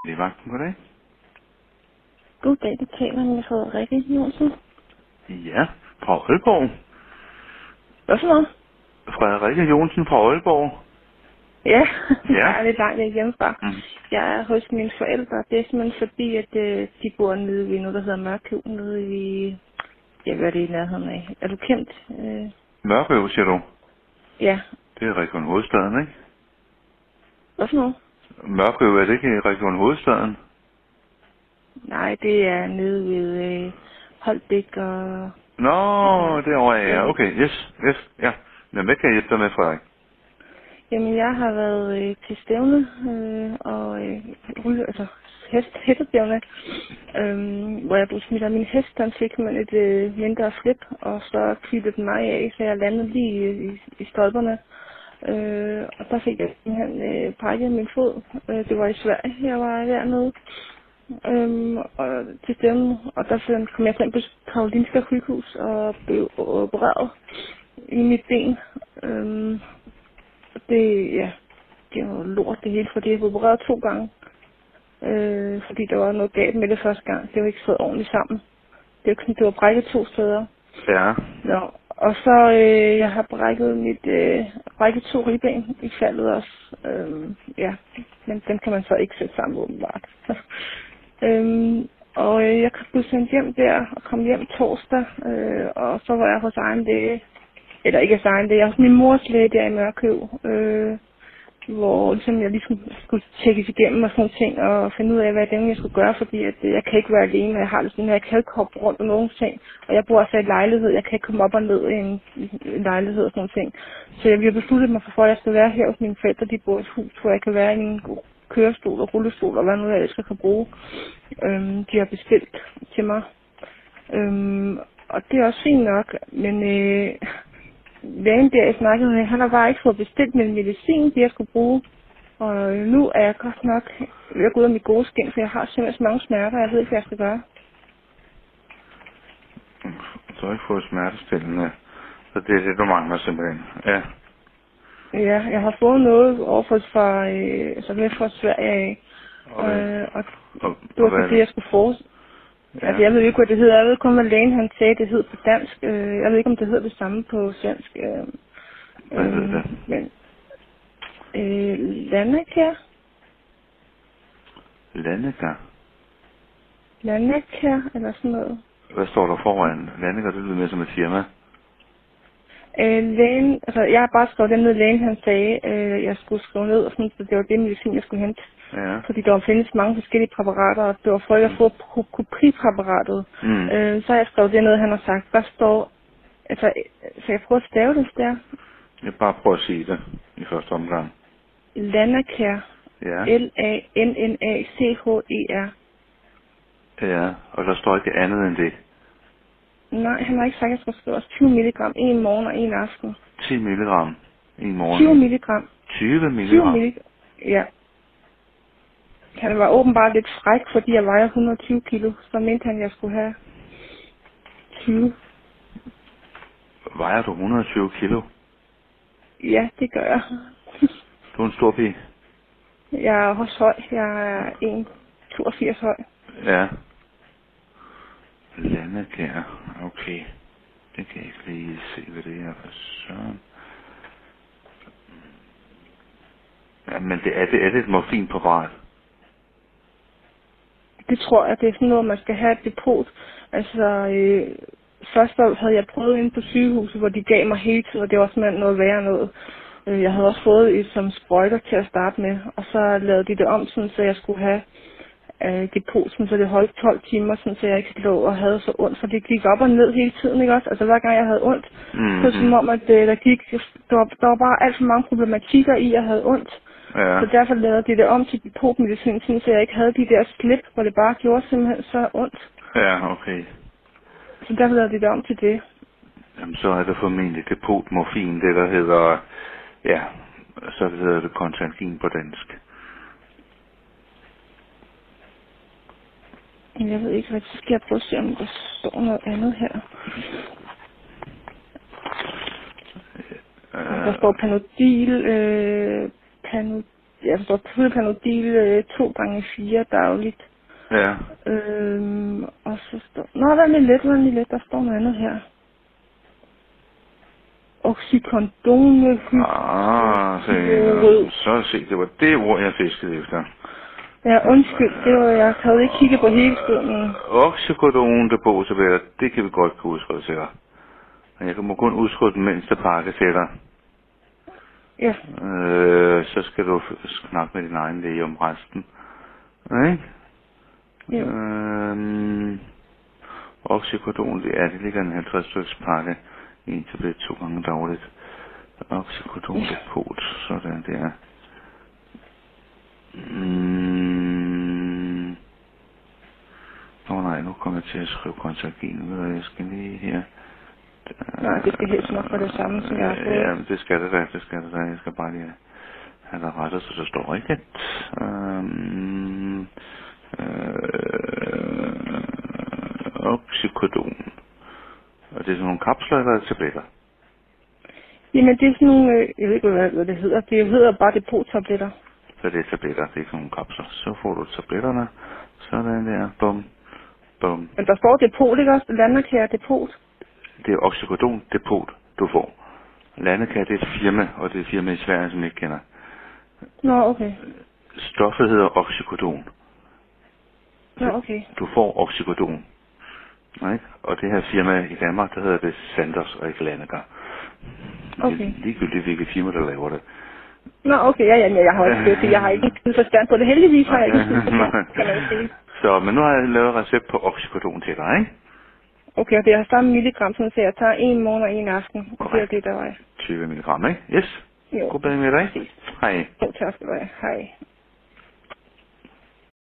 Det er vagten, goddag. Goddag, det taler med Frederikke Jonsen. Ja, fra Aalborg. Hvad for noget? Frederikke Jonsen fra Aalborg. Ja, Ja. jeg er lidt langt væk hjemmefra. Mm. Jeg er hos mine forældre. Det er simpelthen fordi, at de bor nede ved noget, der hedder Mørkøv, nede i... Jeg ved det i nærheden af. Er du kendt? Mørkøv, siger du? Ja. Det er Region Hovedstaden, ikke? Hvad for noget? Mørkøv, er det ikke Region Hovedstaden? Nej, det er nede ved Holbæk og... Nå, derovre er jeg. Okay, yes, ja. Men hvad kan jeg hjælpe dig med, Frederik? Jamen, jeg har været til stævne og altså hestestævne, hvor jeg blev smidt af min hest. Den fik man et mindre slip, og så klippede den mig af, så jeg landede lige i stolperne. Og der fik jeg simpelthen brækket min fod. Det var i Sverige, jeg var dernede. Og til stævnen, og der kom jeg frem på Karolinska sygehus og blev opereret i mit ben. Det var lort det hele, fordi jeg blev opereret 2 gange. Fordi der var noget galt med det første gang. Det var ikke så ordentligt sammen. Det var ikke sådan, det var brækket 2 steder. Ja. Nå, og så jeg har brækket 2 ribben i faldet også. Ja, men dem kan man så ikke sætte sammen åbenbart. Og jeg blev sendt hjem der og kom hjem torsdag, og så var jeg hos egen læge. Eller ikke hos egen læge, jeg var hos min mors læge der i Mørkøv. Hvor ligesom jeg ligesom skulle tjekkes igennem og sådan ting, og finde ud af, hvad det er, jeg skulle gøre, fordi at jeg kan ikke være alene, jeg har det sådan, jeg kan ikke hoppe rundt og nogle ting, og jeg bor altså i en lejlighed, jeg kan ikke komme op og ned i en lejlighed og sådan ting. Så jeg har besluttet mig for, at jeg skal være her hos mine forældre, de bor i et hus, hvor jeg kan være i en kørestol og rullestol, og hvad nu jeg ellers kan bruge. De har bestilt til mig. Og det er også fint nok, men lægen der, jeg snakkede med, han har bare ikke fået bestilt min medicin, det jeg skulle bruge. Og nu er jeg godt nok ved at gå ud af mit gode skin, for jeg har simpelthen så mange smerter, jeg ved ikke, hvad jeg skal gøre. Du har ikke fået smertestillende, så det er det, du mangler simpelthen. Ja. Ja, jeg har fået noget overført fra, med fra Sverige af. Og det var så det, jeg skulle få. Ja. Altså, jeg ved ikke, hvad det hedder. Jeg ved kun, hvad lægen han sagde, det hed på dansk. Jeg ved ikke, om det hedder det samme på svensk. Hvad hedder det? Men, Landekær. Landekær? Landekær, eller sådan noget. Hvad står der foran? Landekær, det lyder mere som et firma. Lægen, altså jeg har bare skrevet den ned, lægen han sagde, jeg skulle skrive ned, og sådan, så det var det medicin, jeg skulle hente. Ja. Fordi der findes mange forskellige præparater, og det var for at få kopripræparatet. Så har jeg skrevet det ned, han har sagt. Der står, altså, så jeg prøver at stave det der. Jeg bare prøver at sige det i første omgang. Landekær. Ja. L-A-N-N-A-C-H-E-R. Ja, og der står ikke andet end det. Nej, han har ikke sagt, at jeg skal skrive også 20 milligram en morgen og en aften. 10 milligram en morgen. 20 milligram. 20 milligram? 20 milligram, ja. Han var åbenbart lidt fræk, fordi jeg vejer 120 kilo. Så mente han, at jeg skulle have 20. Vejer du 120 kilo? Ja, det gør jeg. Du er en stor pige. Jeg er også høj. Jeg er 1,82 høj. Ja. Landekær. Okay. Det kan jeg ikke lige se, hvad det er. Hvad søren. Ja, men er det et morfinpræparat? Det tror jeg, det er sådan noget, man skal have et depot. Altså, først havde jeg prøvet inde på sygehuset, hvor de gav mig hele tiden, og det var simpelthen noget værre noget. Jeg havde også fået et som sprøjter til at starte med, og så lavede de det om, sådan, så jeg skulle have depot, sådan, så det holdt 12 timer, sådan, så jeg ikke lå og havde så ondt, for det gik op og ned hele tiden, ikke også? Altså hver gang jeg havde ondt, så som om, at der var bare alt for mange problematikker i, at jeg havde ondt. Ja. Så derfor lavede de det om til depotmedicin, sådan, så jeg ikke havde de der slip, hvor det bare gjorde simpelthen så ondt. Ja, okay. Så derfor lavede de det om til det. Jamen, så er det formentlig depotmorfin, det der hedder, ja, så hedder det Concertgin på dansk. Jeg ved ikke, hvad så skal jeg prøve at se, om der står noget andet her. Der står Panodil, jeg forstår Panodil 2x4 dagligt. Ja. Og så står... Nå, hvad med let? Der står noget andet her. Oxycodone. Se, det var det ord, jeg fiskede efter. Ja, undskyld, det var, jeg havde ikke kigget på hele skolen. Oxycodone depot-tabletter, det kan vi godt kunne udskrive til dig. Men jeg må kun udskrive den mindste pakke til dig. Ja. Så skal du snakke med din egen læge om resten. Okay? Jo. Oxycodone, det ligger en 50 styks pakke. En tablet 2 gange dagligt. Oxycodone depot, sådan der. Nej, nu kommer jeg til at skrive Concergin. Jeg skal lige her. Nej, det skal helst nok for det samme, som jeg har fået. Ja, det skal det da. Jeg skal bare lige have det rettet, så det står rigtigt. Oxycodone. Og det er sådan nogle kapsler eller tabletter? Jamen, det er sådan nogle, jeg ved ikke, hvad det hedder. Det hedder bare depot-tabletter. Så det er tabletter, det er ikke sådan nogle kapsler. Så får du tabletterne. Sådan der. Bum. Bum. Men der står depot, ikke også? Landakær depot. Det er Oxycodone depot, du får. Landakær, det er et firma, og det er et firma i Sverige, som jeg ikke kender. Nå, okay. Stoffet hedder Oxycodone. Nå, okay. Du får Oxycodone. Nej? Og det her firma i Danmark, der hedder det Sandoz og ikke Landakær. Okay. Ligegyldigt hvilket firma, der laver det. Nå, okay, ja, jeg har også det. Jeg har ikke en forstand på det. Heldigvis har jeg ikke en forstand, kan man sige. Så, men nu har jeg lavet recept på Oxycodone til dig, ikke? Okay, og det har samme milligram, så jeg tager 1 morgen og 1 aften. Og det er det, der var. 20 milligram, ikke? Yes. Jo. God bedring med dig. Præcis. Hej. Jo, tak skal du have. Hej.